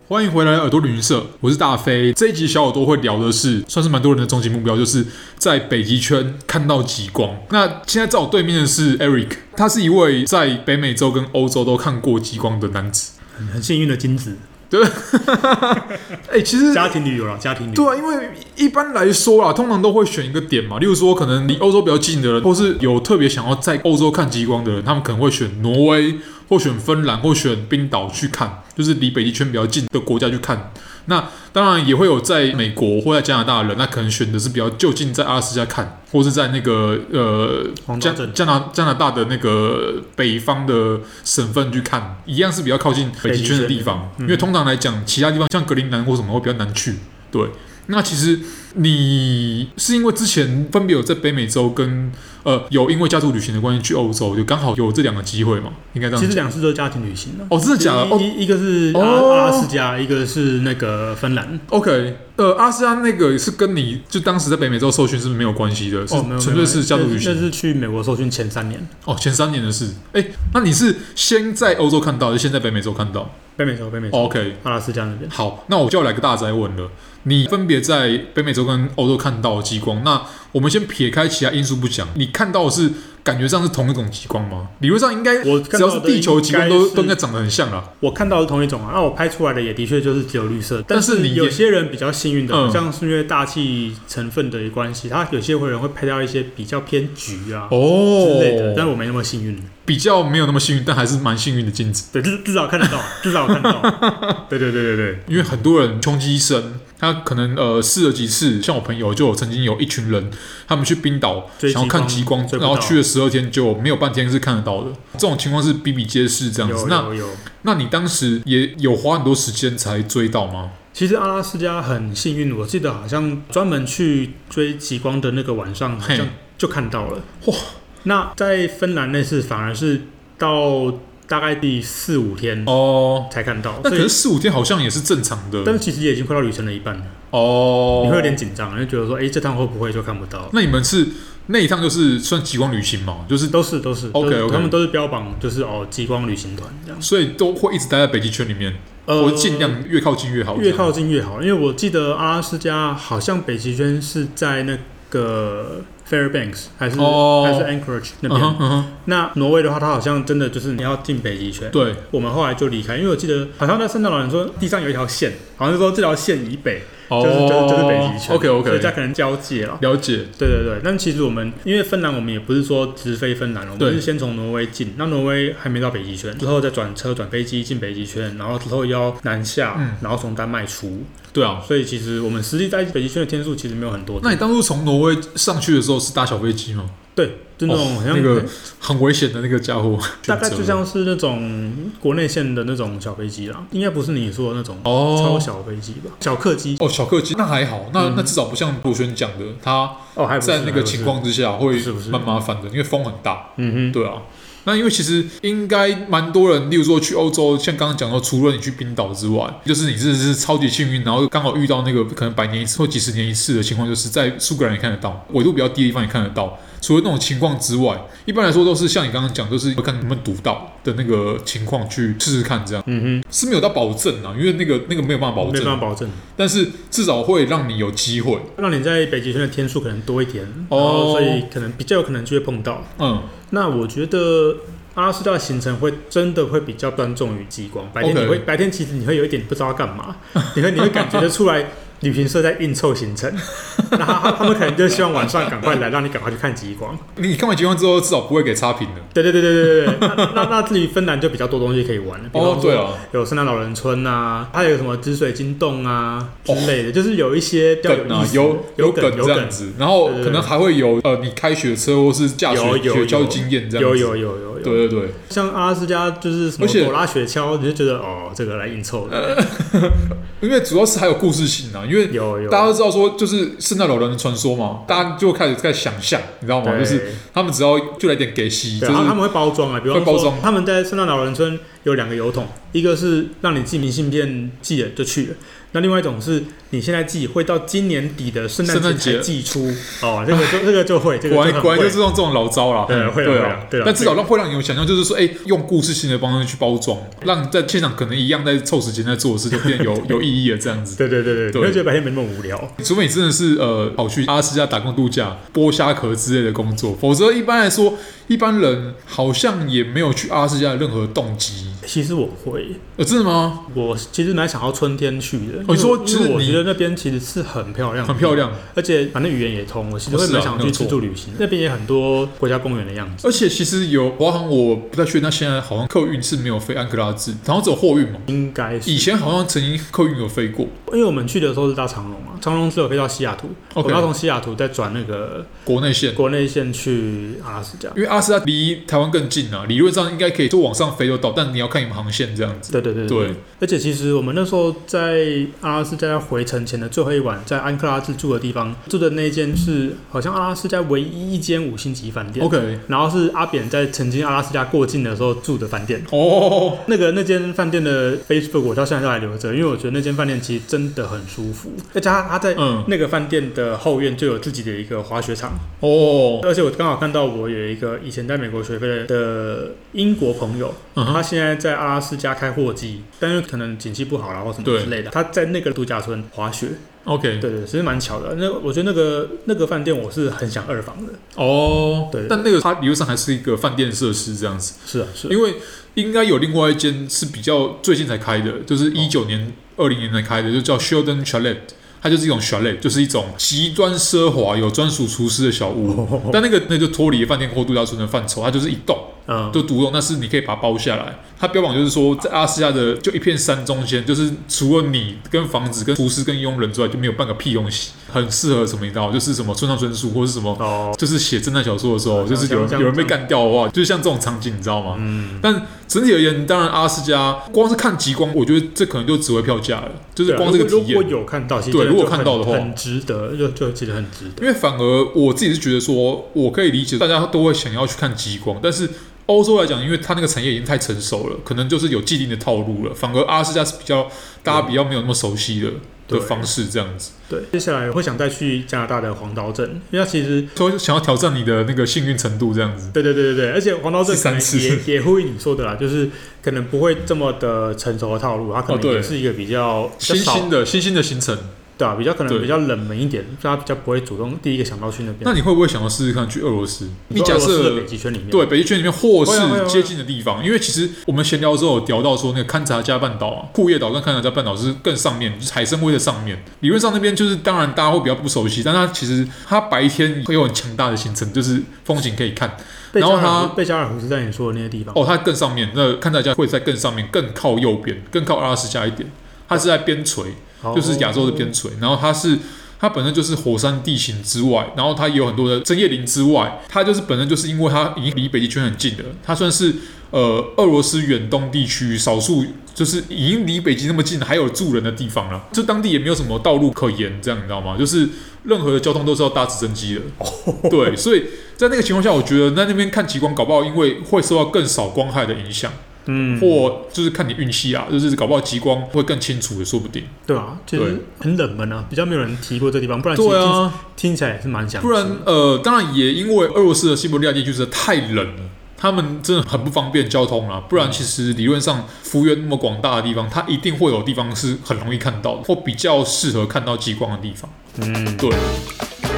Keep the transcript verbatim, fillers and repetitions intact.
欢迎回来耳朵旅行社，我是大飞。这一集小耳朵会聊的是，算是蛮多人的终极目标，就是在北极圈看到极光。那现在在我对面的是 Eric， 他是一位在北美洲跟欧洲都看过极光的男子， 很很幸运的金子。 对，哎、欸，其实家庭旅游啦，家庭旅游。 对啊，因为一般来说啦，通常都会选一个点嘛，例如说可能离欧洲比较近的人，或是有特别想要在欧洲看极光的人，他们可能会选挪威，或选芬兰，或选冰岛去看，就是离北极圈比较近的国家去看。那当然也会有在美国或在加拿大的人，那可能选的是比较就近在阿拉斯加看，或是在那个呃加加拿加拿大的那个北方的省份去看，一样是比较靠近北极圈的地方。嗯、因为通常来讲，其他地方像格陵兰或什么会比较难去。对，那其实你是因为之前分别有在北美洲跟呃有因为家族旅行的关系去欧洲，就刚好有这两个机会嘛，应该这样讲。 其实两次都是家庭旅行的。 哦，真的假的？ 一、哦、一个是阿、哦、阿拉斯加，一个是那个芬兰。 OK， 呃，阿拉斯加那个是跟你就当时在北美洲受训是不是没有关系的？ 哦， 是纯粹是家族旅行。 那是去美国受训前三年。 哦，前三年的事。哎，那你是先在欧洲看到，还是先在北美洲看到？ 北美洲，北美洲。 哦、OK， 阿拉斯加那边。 好，那我就要来个大哉问了。你分别在北美洲跟欧洲看到的极光，那我们先撇开其他因素不讲，你看到的是感觉上是同一种极光吗？理论上应该， 我只要是地球极光都都应该长得很像啦。 我看到的是同一种啊，那我拍出来的也的确就是只有绿色。但是你有些人比较幸运的，嗯、像是因为大气成分的关系，他有些人会拍到一些比较偏橘啊哦之类的，但是我没那么幸运。 比较没有那么幸运，但还是蛮幸运的镜子。 对，至至少看得到，至少看得到。对对对对对， 因为很多人穷极一生，他可能呃试了几次，像我朋友就有曾经有一群人，他们去冰岛想要看极光，然后去了十二天就没有半天是看得到的。这种情况是比比皆是这样子。 有有有。 那你当时也有花很多时间才追到吗？ 其实阿拉斯加很幸运，我记得好像专门去追极光的那个晚上，好像就看到了。哇！那在芬兰那次反而是到大概第四五天哦才看到， 那可是四五天好像也是正常的， 但是其实也已经快到旅程的一半了哦， 你会有点紧张，就觉得说，哎、欸，这趟会不会就看不到？ 那你们是那一趟就是算极光旅行嘛？就是都是都是 OK OK， 他们都是标榜就是哦极光旅行团这样， 所以都会一直待在北极圈里面。呃，我尽量越靠近越好， 越靠近越好，因为我记得阿拉斯加好像北极圈是在那个 Fairbanks 还是、oh, 还是 Anchorage 那边。Uh-huh, uh-huh. 那挪威的话，它好像真的就是你要进北极圈。 对， 我们后来就离开，因为我记得好像在圣诞老人说地上有一条线，好像是说这条线以北。就是、oh, 就是就是北极圈 ，OK OK， 所以它可能交界了。 了解， 对对对。但其实我们因为芬兰，我们也不是说直飞芬兰，我们是先从挪威进，那挪威还没到北极圈，之后再转车转飞机进北极圈，然后之后要南下，嗯、然后从丹麦出。 对啊， 所以其实我们实际在北极圈的天数其实没有很多。 那你当初从挪威上去的时候是搭小飞机吗？ 对，就那种好像、 哦、那个很危险的那个家伙， 大概就像是那种国内线的那种小飞机啦，应该不是你说的那种超小飞机吧？小客机哦，小客机那还好，那、嗯、那至少不像陆轩讲的，他在那个情况之下会蛮麻烦的，因为风很大。嗯哼，对啊。那因为其实应该蛮多人，例如说去欧洲，像刚刚讲到，除了你去冰岛之外，就是你真的是超级幸运，然后刚好遇到那个可能百年一次或几十年一次的情况，就是在苏格兰也看得到，纬度比较低的地方也看得到。除了那种情况之外，一般来说都是像你刚刚讲，都是看能不能读到的那个情况去试试看，这样，嗯哼，是没有到保证啊，因为那个那个没有办法保证， 没办法保证， 但是至少会让你有机会， 让你在北极圈的天数可能多一点，哦，然后所以可能比较有可能就会碰到，嗯，那我觉得阿拉斯加的行程会真的会比较专重于极光，白天你会、okay. 白天其实你会有一点不知道干嘛，你会你会感觉得出来。旅行社在硬凑行程，那他他们可能就希望晚上赶快来，让你赶快去看极光。 你看完极光之后，至少不会给差评的。 对对对对对对。那那那至于芬兰就比较多东西可以玩了，比方说有圣诞老人村啊，还有什么紫水晶洞啊之类的，哦、就是有一些比较有意思、 有有梗这样子，然后可能还会有呃你开雪车或是驾雪雪橇经验这样子。 有有有有有。 对对对。 像阿拉斯加就是什么朵拉雪橇，你就觉得哦这个来硬凑的。 呃因为主要是还有故事性啊，因为有有大家都知道说，就是圣诞老人的传说嘛，大家就开始在想象，你知道吗？就是他们只要就来点给息， 对， 就是他们会包装啊，比方说他们在圣诞老人村有两个邮筒，一个是让你寄明信片寄了就去了， 那另外一种是你现在寄会到今年底的圣诞节才寄出哦，这个就这个就会，这个就很会果然就是用这种老招啦。 对，会对啊，对啊。 但至少让会让你有想象，就是说，哎，用故事性的方式去包装，让你在现场可能一样在凑时间在做的事，就变有有意义了这样子。 对对对对，你会觉得白天没那么无聊。 除非你真的是呃跑去阿拉斯加打工度假、剥虾壳之类的工作，否则一般来说，一般人好像也没有去阿拉斯加的任何动机。 其实我会， 呃，真的吗？ 我其实蛮想要春天去的。 你说， 其实我觉得那边其实是很漂亮， 很漂亮， 而且反正语言也通，我其实会蛮想去自助旅行。那边也很多国家公园的样子。 而且其实有华航，我不太确定，那现在好像客运是没有飞安克拉治，好像只有货运嘛。 应该是。 以前好像曾经客运有飞过， 因为我们去的时候是搭长荣嘛，长荣只有飞到西雅图，我们要从西雅图再转那个国内线， 国内线去阿拉斯加。 因为阿拉斯加离台湾更近啊，理论上应该可以就往上飞就到，但你要看你们航线这样子。 对对 对, 对, 对，而且其实我们那时候在阿拉斯加回程前的最后一晚，在安克拉治住的地方住的那间是好像阿拉斯加唯一一间五星级饭店。 OK， 然后是阿扁在曾经阿拉斯加过境的时候住的饭店。 哦， 那个那间饭店的 Facebook 我到现在都还留着，因为我觉得那间饭店其实真的很舒服，而且他他在那个饭店的后院就有自己的一个滑雪场。 哦， 而且我刚好看到我有一个以前在美国学飞的英国朋友，嗯、他现在在阿拉斯加开货机，但是可能景气不好啦或什么之类的，他在那个度假村滑雪。 OK， 对对，其实蛮巧的。那我觉得那个那个饭店我是很想二房的。 哦， 对， 但那个它理论上还是一个饭店设施这样子。 是啊，是啊。 因为应该有另外一间是比较最近才开的，就是一九年、二零年才开的，就叫 Sheldon Chalet。它就是一种 chalet， 就是一种极端奢华、有专属厨师的小屋。哦、但那个那就脱离饭店或度假村的范畴，它就是一栋，嗯，就独栋，但是你可以把它包下来。它标榜就是说，在阿拉斯加的就一片山中间，就是除了你跟房子、跟厨师、跟佣人之外，就没有半个屁东西。很适合什么你知道，就是什么村上春树或是什么，哦、就是写侦探小说的时候，嗯、就是有人有人被干掉的话，就是像这种场景，你知道吗？嗯。但整体而言，当然阿拉斯加光是看极光，我觉得这可能就值回票价了，就是光这个体验。 如果有看到， 对，如果看到的话， 很值得，就就其实很值得。 因为反而我自己是觉得说，我可以理解大家都会想要去看极光，但是欧洲来讲，因为它那个产业已经太成熟了，可能就是有既定的套路了。反而阿拉斯加是比较大家比较没有那么熟悉的。的方式这样子， 对，接下来我会想再去加拿大的黄岛镇，因为它其实说想要挑战你的那个幸运程度这样子。 对对对对对，而且黄岛镇可能也也呼应你说的啦，就是可能不会这么的成熟的套路，它可能也是一个比较、 哦、新兴的新兴的行程。 对啊，比较可能比较冷门一点，所以他比较不会主动第一个想到去那边。 那你会不会想要试试看去俄罗斯？ 你假设北极圈里面， 对北极圈里面或是接近的地方，因为其实我们闲聊的时候有聊到说，那个勘察加半岛啊，库页岛跟勘察加半岛是更上面，就是海参崴的上面。理论上那边就是当然大家会比较不熟悉，但它其实它白天会有很强大的行程，就是风景可以看。然后它贝加尔湖是在你说的那些地方哦，它更上面，那勘察加会在更上面，更靠右边，更靠阿拉斯加一点，它是在边陲。就是亚洲的边陲，然后它是它本身就是火山地形之外，然后它也有很多的针叶林之外，它就是本身就是因为它已经离北极圈很近了，它算是呃俄罗斯远东地区少数就是已经离北极那么近还有住人的地方了，就当地也没有什么道路可言，这样你知道吗？就是任何的交通都是要搭直升机的，对，所以在那个情况下，我觉得在那边看极光，搞不好因为会受到更少光害的影响。嗯，或就是看你运气啊，就是搞不好极光会更清楚的，说不定。 对啊，就是很冷门啊，比较没有人提过这地方，不然其实对啊， 听起来也是蛮想。 不然呃，当然也因为俄罗斯的西伯利亚地区实在太冷了，他们真的很不方便交通啦。不然其实理论上幅员那么广大的地方，它一定会有地方是很容易看到的，或比较适合看到极光的地方。嗯，对。